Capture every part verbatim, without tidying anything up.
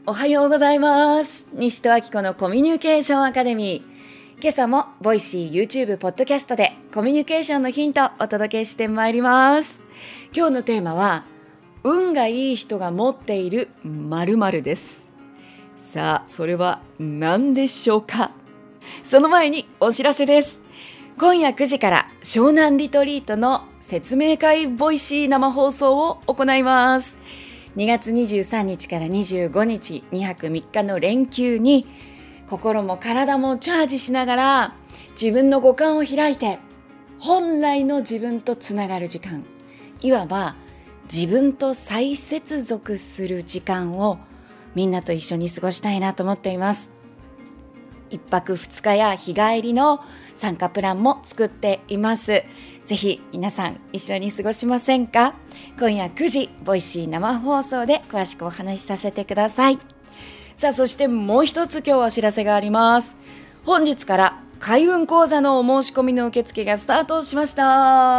おはようございます。西戸明子のコミュニケーションアカデミー。今朝もボイシー、YouTube、ポッドキャストでコミュニケーションのヒントをお届けしてまいります。今日のテーマは運がいい人が持っている〇〇です。さあ、それは何でしょうか。その前にお知らせです。今夜くじから湘南リトリートの説明会ボイシー生放送を行います。にがつにじゅうさんにちからにじゅうごにち、にはくみっかの連休に心も体もチャージしながら自分の五感を開いて本来の自分とつながる時間、いわば自分と再接続する時間をみんなと一緒に過ごしたいなと思っています。いっぱくふつかや日帰りの参加プランも作っています。ぜひ皆さん一緒に過ごしませんか。今夜くじボイシー生放送で詳しくお話しさせてください。さあ、そしてもう一つ今日お知らせがあります。本日から開運講座のお申し込みの受付がスタートしました。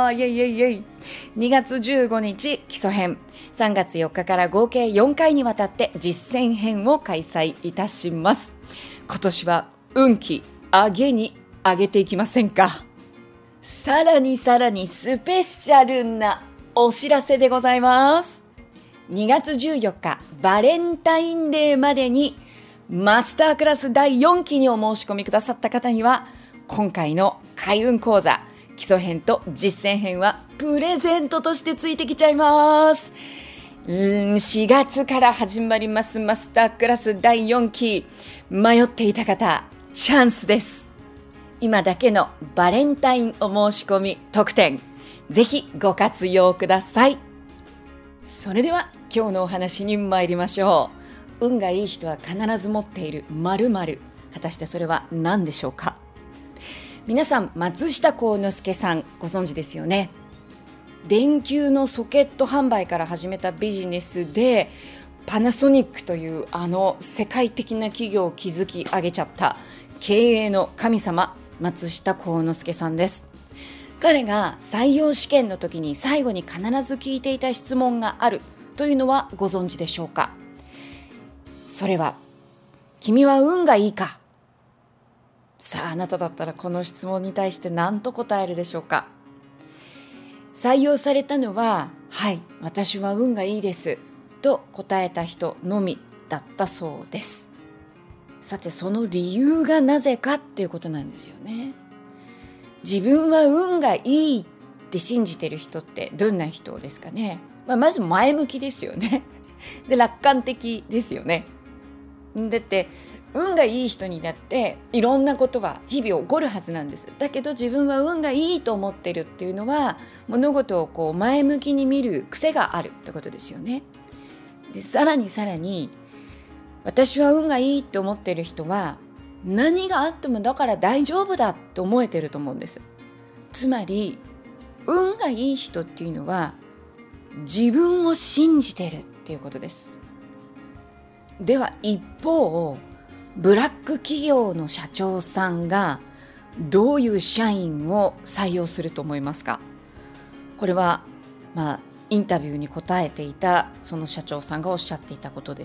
イエイイエイイエイ。にがつじゅうごにち基礎編、さんがつよっかから合計よんかいにわたって実践編を開催いたします。今年は運気上げに上げていきませんか。さらにさらにスペシャルなお知らせでございます。にがつじゅうよっかバレンタインデーまでにマスタークラスだいよんきにお申し込みくださった方には、今回の開運講座基礎編と実践編はプレゼントとしてついてきちゃいます。しがつから始まりますマスタークラスだいよんき、迷っていた方チャンスです。今だけのバレンタインお申し込み特典、ぜひご活用ください。それでは今日のお話に参りましょう。運がいい人は必ず持っている〇〇、果たしてそれは何でしょうか。皆さん、松下幸之助さんご存知ですよね。電球のソケット販売から始めたビジネスでパナソニックというあの世界的な企業を築き上げちゃった経営の神様、松下幸之助さんです。彼が採用試験の時に最後に必ず聞いていた質問があるというのはご存知でしょうか。それは、君は運がいいか。さあ、あなただったらこの質問に対して何と答えるでしょうか。採用されたのは、はい、私は運がいいですと答えた人のみだったそうです。さて、その理由がなぜかっていうことなんですよね。自分は運がいいって信じてる人ってどんな人ですかね。まあ、まず前向きですよね。で、楽観的ですよね。だって運がいい人になっていろんなことは日々起こるはずなんです。だけど自分は運がいいと思ってるっていうのは、物事をこう前向きに見る癖があるってことですよね。で、さらにさらに、私は運がいいと思ってる人は何があってもだから大丈夫だって思えてると思うんです。つまり運がいい人っていうのは自分を信じてるっていうことです。では一方、ブラック企業の社長さんがどういう社員を採用すると思いますか。これはまあインタビューに答えていたその社長さんがおっしゃっていたことです。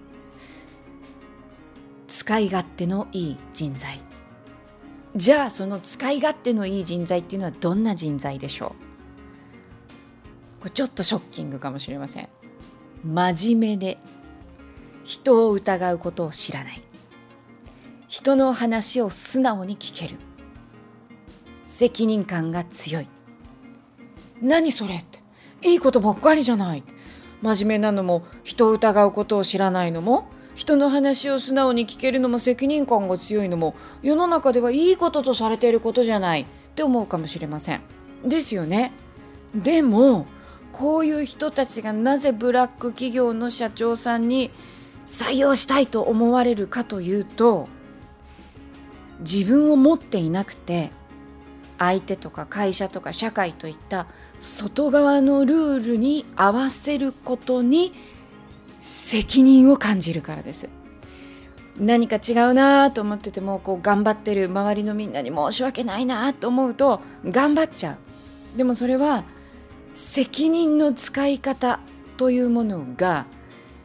使い勝手のいい人材。じゃあその使い勝手のいい人材っていうのはどんな人材でしょう。これちょっとショッキングかもしれません。真面目で人を疑うことを知らない、人の話を素直に聞ける、責任感が強い。何それって、いいことばっかりじゃない。真面目なのも人を疑うことを知らないのも人の話を素直に聞けるのも責任感が強いのも世の中ではいいこととされていることじゃないって思うかもしれません。ですよね。でもこういう人たちがなぜブラック企業の社長さんに採用したいと思われるかというと、自分を持っていなくて相手とか会社とか社会といった外側のルールに合わせることに責任を感じるからです。何か違うなと思ってても、こう頑張ってる周りのみんなに申し訳ないなと思うと頑張っちゃう。でもそれは責任の使い方というものが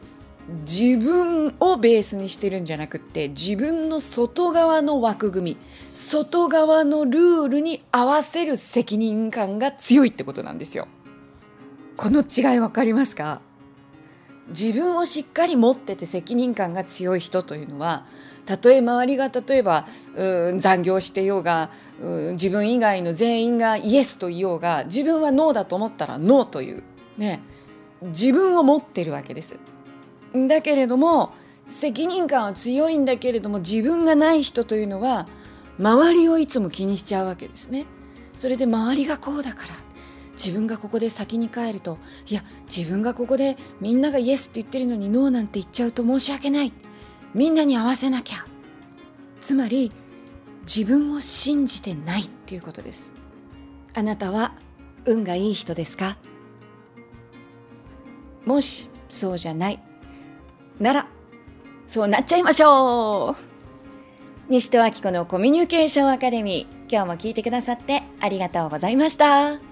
自分をベースにしてるんじゃなくって、自分の外側の枠組み、外側のルールに合わせる責任感が強いってことなんですよ。この違い分かりますか？自分をしっかり持ってて責任感が強い人というのは、たとえ周りが例えばう残業してようが、う自分以外の全員がイエスと言おうが、自分はノーだと思ったらノーというね、自分を持ってるわけです。だけれども責任感は強いんだけれども、自分がない人というのは周りをいつも気にしちゃうわけですね。それで周りがこうだから、自分がここで先に帰ると、いや自分がここでみんながイエスって言ってるのにノーなんて言っちゃうと申し訳ない、みんなに合わせなきゃ。つまり自分を信じてないっていうことです。あなたは運がいい人ですか？もしそうじゃないなら、そうなっちゃいましょう。西戸明子のコミュニケーションアカデミー、今日も聞いてくださってありがとうございました。